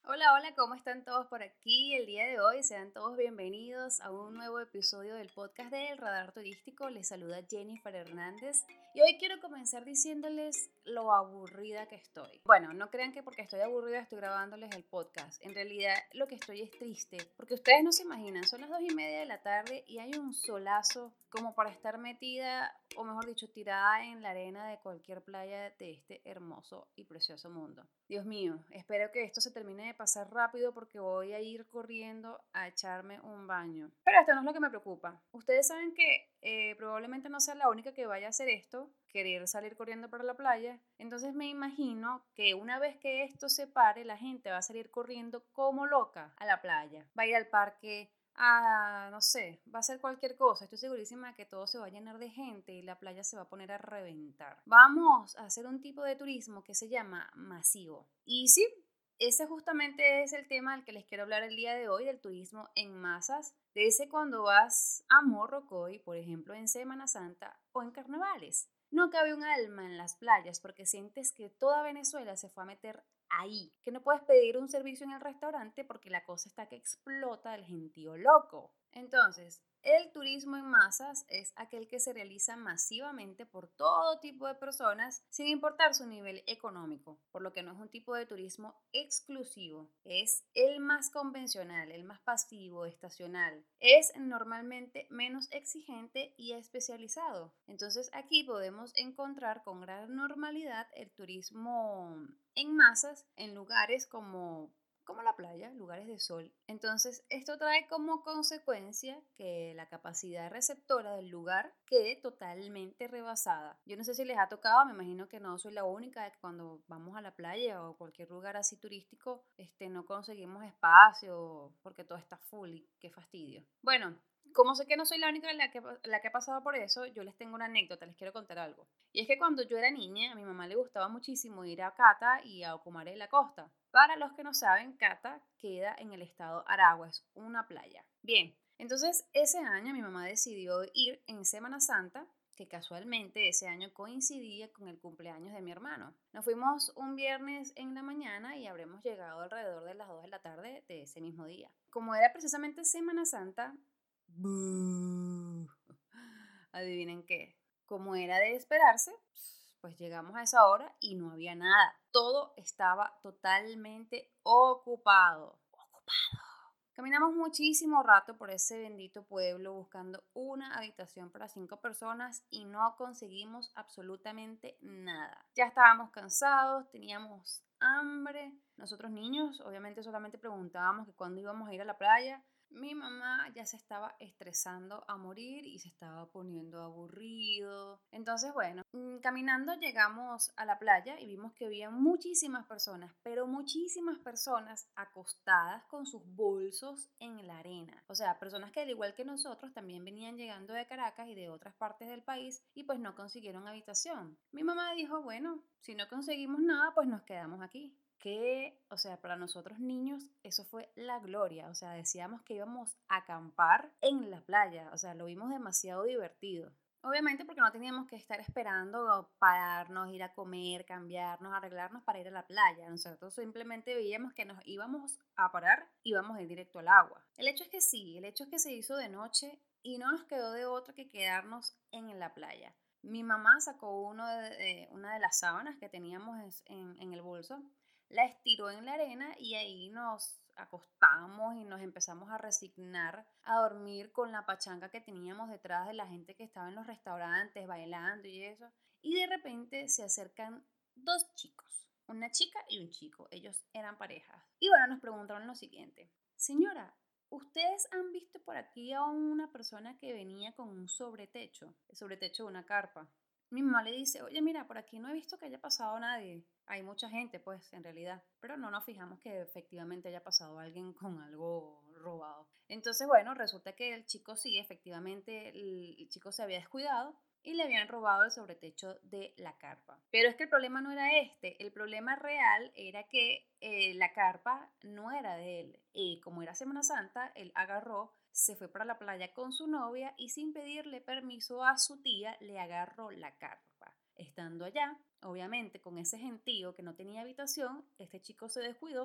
Hola, hola, ¿cómo están todos por aquí el día de hoy? Sean todos bienvenidos a un nuevo episodio del podcast del Radar Turístico. Les saluda Jennifer Hernández y hoy quiero comenzar diciéndoles lo aburrida que estoy. Bueno, no crean que porque estoy aburrida estoy grabándoles el podcast. En realidad lo que estoy es triste porque ustedes no se imaginan, son las 2:30 de la tarde y hay un solazo como para estar metida, o mejor dicho, tirada en la arena de cualquier playa de este hermoso y precioso mundo. Dios mío, espero que esto se termine de pasar rápido porque voy a ir corriendo a echarme un baño. Pero esto no es lo que me preocupa. Ustedes saben que probablemente no sea la única que vaya a hacer esto, querer salir corriendo para la playa. Entonces me imagino que una vez que esto se pare, la gente va a salir corriendo como loca a la playa. Va a ir al parque, no sé, va a ser cualquier cosa. Estoy segurísima de que todo se va a llenar de gente y la playa se va a poner a reventar. Vamos a hacer un tipo de turismo que se llama masivo. Y sí, ese justamente es el tema del que les quiero hablar el día de hoy, del turismo en masas. De ese cuando vas a Morrocoy, por ejemplo, en Semana Santa o en carnavales. No cabe un alma en las playas porque sientes que toda Venezuela se fue a meter ahí, que no puedes pedir un servicio en el restaurante porque la cosa está que explota el gentío loco. Entonces, el turismo en masas es aquel que se realiza masivamente por todo tipo de personas sin importar su nivel económico, por lo que no es un tipo de turismo exclusivo, es el más convencional, el más pasivo, estacional, es normalmente menos exigente y especializado. Entonces aquí podemos encontrar con gran normalidad el turismo en masas en lugares como la playa, lugares de sol. Entonces, esto trae como consecuencia que la capacidad receptora del lugar quede totalmente rebasada. Yo no sé si les ha tocado, me imagino que no soy la única, de que cuando vamos a la playa o cualquier lugar así turístico, no conseguimos espacio porque todo está full y qué fastidio. Bueno, como sé que no soy la única la que ha pasado por eso, yo les tengo una anécdota, les quiero contar algo. Y es que cuando yo era niña, a mi mamá le gustaba muchísimo ir a Cata y a Ocumare de la Costa. Para los que no saben, Cata queda en el estado Aragua, es una playa. Bien, entonces ese año mi mamá decidió ir en Semana Santa, que casualmente ese año coincidía con el cumpleaños de mi hermano. Nos fuimos un viernes en la mañana y habremos llegado alrededor de las 2 de la tarde de ese mismo día. Como era precisamente Semana Santa, ¡bú! Adivinen qué. Como era de esperarse, pues llegamos a esa hora y no había nada. Todo estaba totalmente ocupado. Caminamos muchísimo rato por ese bendito pueblo buscando una habitación para 5 personas y no conseguimos absolutamente nada. Ya estábamos cansados, teníamos hambre. Nosotros niños, obviamente, solamente preguntábamos que cuándo íbamos a ir a la playa. Mi mamá ya se estaba estresando a morir y se estaba poniendo aburrido. Entonces, bueno, caminando llegamos a la playa y vimos que había muchísimas personas, pero muchísimas personas acostadas con sus bolsos en la arena. O sea, personas que al igual que nosotros también venían llegando de Caracas y de otras partes del país y pues no consiguieron habitación. Mi mamá dijo, bueno, si no conseguimos nada, pues nos quedamos aquí que, o sea, para nosotros niños eso fue la gloria, o sea, decíamos que íbamos a acampar en la playa, o sea, lo vimos demasiado divertido. Obviamente porque no teníamos que estar esperando pararnos, ir a comer, cambiarnos, arreglarnos para ir a la playa. Nosotros simplemente veíamos que nos íbamos a parar y íbamos a ir directo al agua. El hecho es que sí, el hecho es que se hizo de noche y no nos quedó de otra que quedarnos en la playa. Mi mamá sacó una de las sábanas que teníamos en el bolso, la estiró en la arena y ahí nos acostamos y nos empezamos a resignar a dormir con la pachanga que teníamos detrás de la gente que estaba en los restaurantes bailando y eso. Y de repente se acercan dos chicos, una chica y un chico. Ellos eran parejas. Y bueno, nos preguntaron lo siguiente. Señora, ¿ustedes han visto por aquí a una persona que venía con un sobretecho? El sobretecho de una carpa. Mi mamá le dice, oye, mira, por aquí no he visto que haya pasado nadie. Hay mucha gente, pues, en realidad, pero no nos fijamos que efectivamente haya pasado alguien con algo robado. Entonces, bueno, resulta que el chico sí, efectivamente, el chico se había descuidado y le habían robado el sobretecho de la carpa. Pero es que el problema no era este, el problema real era que la carpa no era de él. Y como era Semana Santa, él agarró, se fue para la playa con su novia y sin pedirle permiso a su tía le agarró la carpa. Estando allá, obviamente con ese gentío que no tenía habitación, este chico se descuidó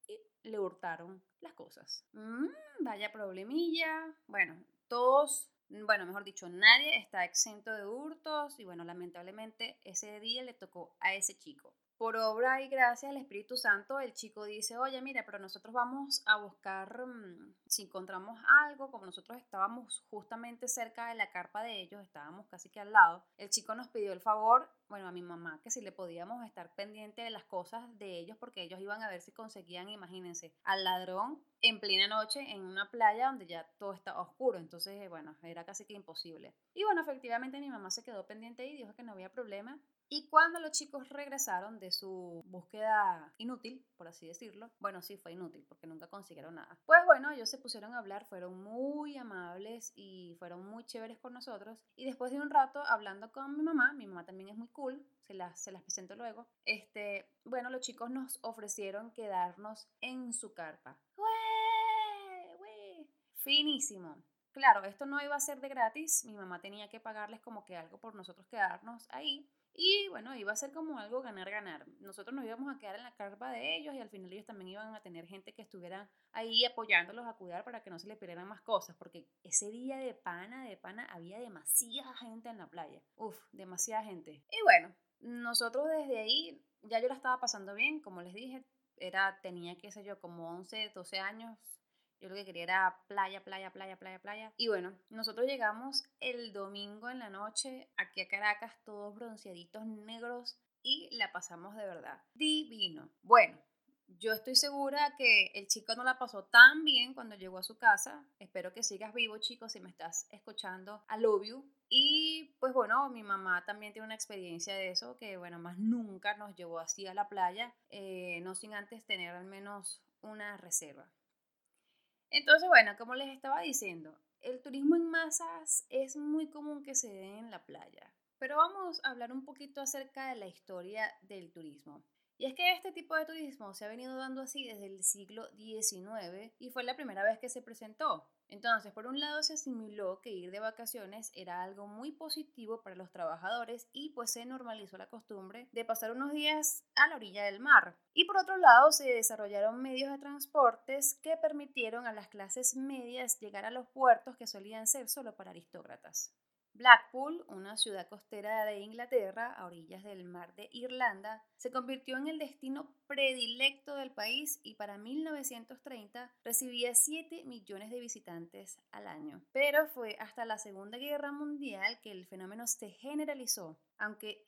y le hurtaron las cosas. Vaya problemilla. Bueno, todos, bueno, mejor dicho, nadie está exento de hurtos y bueno, lamentablemente ese día le tocó a ese chico. Por obra y gracia del Espíritu Santo, el chico dice, oye, mira, pero nosotros vamos a buscar, si encontramos algo, como nosotros estábamos justamente cerca de la carpa de ellos, estábamos casi que al lado, el chico nos pidió el favor, bueno, a mi mamá, que si le podíamos estar pendiente de las cosas de ellos, porque ellos iban a ver si conseguían, imagínense, al ladrón en plena noche en una playa donde ya todo estaba oscuro, entonces, bueno, era casi que imposible. Y bueno, efectivamente mi mamá se quedó pendiente y dijo que no había problema. Y cuando los chicos regresaron de su búsqueda inútil, por así decirlo, bueno, sí fue inútil porque nunca consiguieron nada. Pues bueno, ellos se pusieron a hablar, fueron muy amables y fueron muy chéveres con nosotros. Y después de un rato hablando con mi mamá también es muy cool, se las presento luego. Bueno, los chicos nos ofrecieron quedarnos en su carpa. ¡Ué! ¡Ué! Finísimo. Claro, esto no iba a ser de gratis, mi mamá tenía que pagarles como que algo por nosotros quedarnos ahí. Y bueno, iba a ser como algo ganar-ganar. Nosotros nos íbamos a quedar en la carpa de ellos y al final ellos también iban a tener gente que estuviera ahí apoyándolos a cuidar para que no se les perdieran más cosas, porque ese día de pana, había demasiada gente en la playa. Uf, demasiada gente. Y bueno, nosotros desde ahí, ya yo la estaba pasando bien, como les dije, tenía, qué sé yo, como 11 12 años, yo lo que quería era playa, playa, playa, playa, playa. Y bueno, nosotros llegamos el domingo en la noche aquí a Caracas, todos bronceaditos negros y la pasamos de verdad divino. Bueno, yo estoy segura que el chico no la pasó tan bien cuando llegó a su casa. Espero que sigas vivo, chicos, si me estás escuchando. I love you. Y pues bueno, mi mamá también tiene una experiencia de eso, que bueno, más nunca nos llevó así a la playa, no sin antes tener al menos una reserva. Entonces, bueno, como les estaba diciendo, el turismo en masas es muy común que se dé en la playa, pero vamos a hablar un poquito acerca de la historia del turismo. Y es que este tipo de turismo se ha venido dando así desde el siglo XIX y fue la primera vez que se presentó. Entonces, por un lado se asimiló que ir de vacaciones era algo muy positivo para los trabajadores y pues se normalizó la costumbre de pasar unos días a la orilla del mar. Y por otro lado se desarrollaron medios de transportes que permitieron a las clases medias llegar a los puertos que solían ser solo para aristócratas. Blackpool, una ciudad costera de Inglaterra, a orillas del mar de Irlanda, se convirtió en el destino predilecto del país y para 1930 recibía 7 millones de visitantes al año. Pero fue hasta la Segunda Guerra Mundial que el fenómeno se generalizó, aunque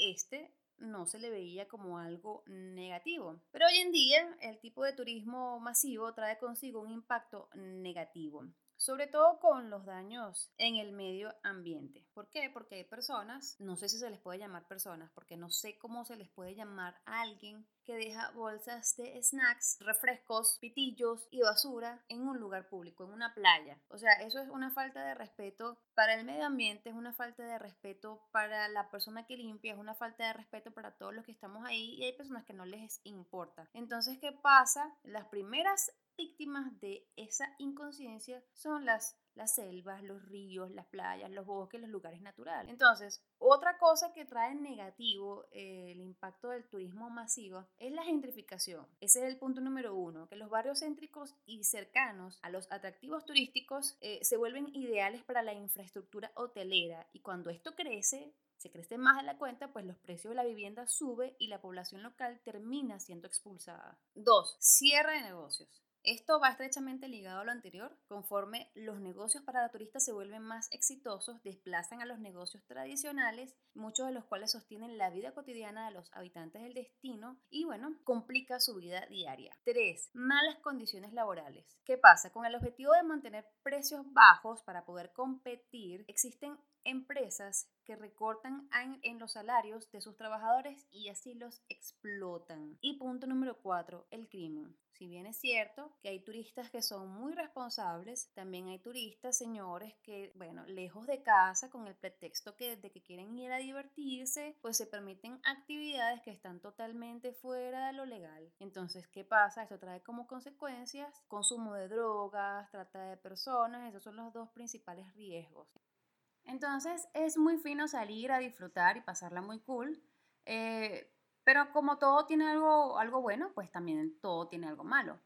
no se le veía como algo negativo. Pero hoy en día el tipo de turismo masivo trae consigo un impacto negativo, sobre todo con los daños en el medio ambiente. ¿Por qué? Porque hay personas, no sé si se les puede llamar personas, porque no sé cómo se les puede llamar a alguien que deja bolsas de snacks, refrescos, pitillos y basura en un lugar público, en una playa. O sea, eso es una falta de respeto para el medio ambiente, es una falta de respeto para la persona que limpia, es una falta de respeto para todos los que estamos ahí y hay personas que no les importa. Entonces, ¿qué pasa? Las primeras víctimas de esa inconsciencia son las selvas, los ríos, las playas, los bosques, los lugares naturales. Entonces, otra cosa que trae negativo el impacto del turismo masivo es la gentrificación. Ese es el punto número uno, que los barrios céntricos y cercanos a los atractivos turísticos se vuelven ideales para la infraestructura hotelera y cuando esto crece, se crece más de la cuenta, pues los precios de la vivienda suben y la población local termina siendo expulsada. 2. Cierre de negocios. Esto va estrechamente ligado a lo anterior. Conforme los negocios para la turista se vuelven más exitosos, desplazan a los negocios tradicionales, muchos de los cuales sostienen la vida cotidiana de los habitantes del destino y, bueno, complica su vida diaria. 3. Malas condiciones laborales. ¿Qué pasa? Con el objetivo de mantener precios bajos para poder competir, existen empresas que recortan en los salarios de sus trabajadores y así los explotan. Y punto número 4, el crimen. Si bien es cierto que hay turistas que son muy responsables, también hay turistas, señores, que, bueno, lejos de casa, con el pretexto de que quieren ir a divertirse, pues se permiten actividades que están totalmente fuera de lo legal. Entonces, ¿qué pasa? Esto trae como consecuencias consumo de drogas, trata de personas, esos son los dos principales riesgos. Entonces es muy fino salir a disfrutar y pasarla muy cool, pero como todo tiene algo bueno, pues también todo tiene algo malo.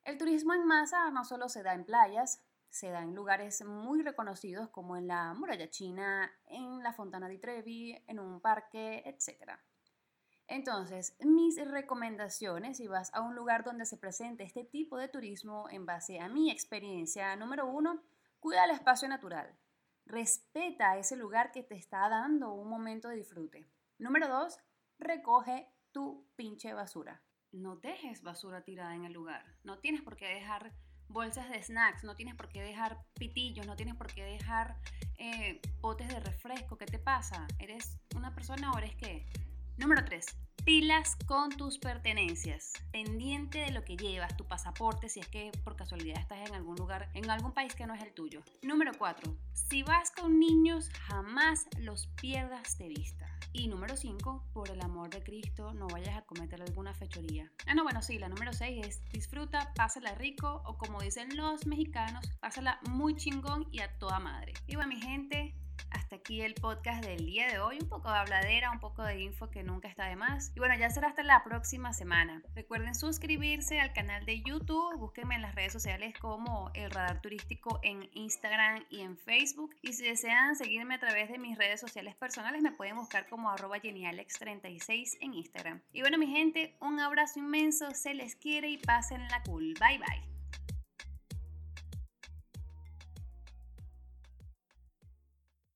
El turismo en masa no solo se da en playas, se da en lugares muy reconocidos como en la Muralla China, en la Fontana di Trevi, en un parque, etc. Entonces, mis recomendaciones, si vas a un lugar donde se presente este tipo de turismo en base a mi experiencia, número uno, cuida el espacio natural. Respeta ese lugar que te está dando un momento de disfrute. Número dos, recoge tu pinche basura. No dejes basura tirada en el lugar. No tienes por qué dejar bolsas de snacks, no tienes por qué dejar pitillos, no tienes por qué dejar botes de refresco. ¿Qué te pasa? ¿Eres una persona o eres qué? Número 3. Pilas con tus pertenencias. Pendiente de lo que llevas, tu pasaporte, si es que por casualidad estás en algún lugar, en algún país que no es el tuyo. Número 4. Si vas con niños, jamás los pierdas de vista. Y número 5, por el amor de Cristo, no vayas a cometer alguna fechoría. La número 6 es disfruta, pásala rico o como dicen los mexicanos, pásala muy chingón y a toda madre. Y bueno, mi gente, hasta aquí el podcast del día de hoy, un poco de habladera, un poco de info que nunca está de más. Y bueno, ya será hasta la próxima semana. Recuerden suscribirse al canal de YouTube, búsquenme en las redes sociales como El Radar Turístico en Instagram y en Facebook. Y si desean seguirme a través de mis redes sociales personales, me pueden buscar como @genialex36 en Instagram. Y bueno, mi gente, un abrazo inmenso, se les quiere y pásenla cool. Bye bye.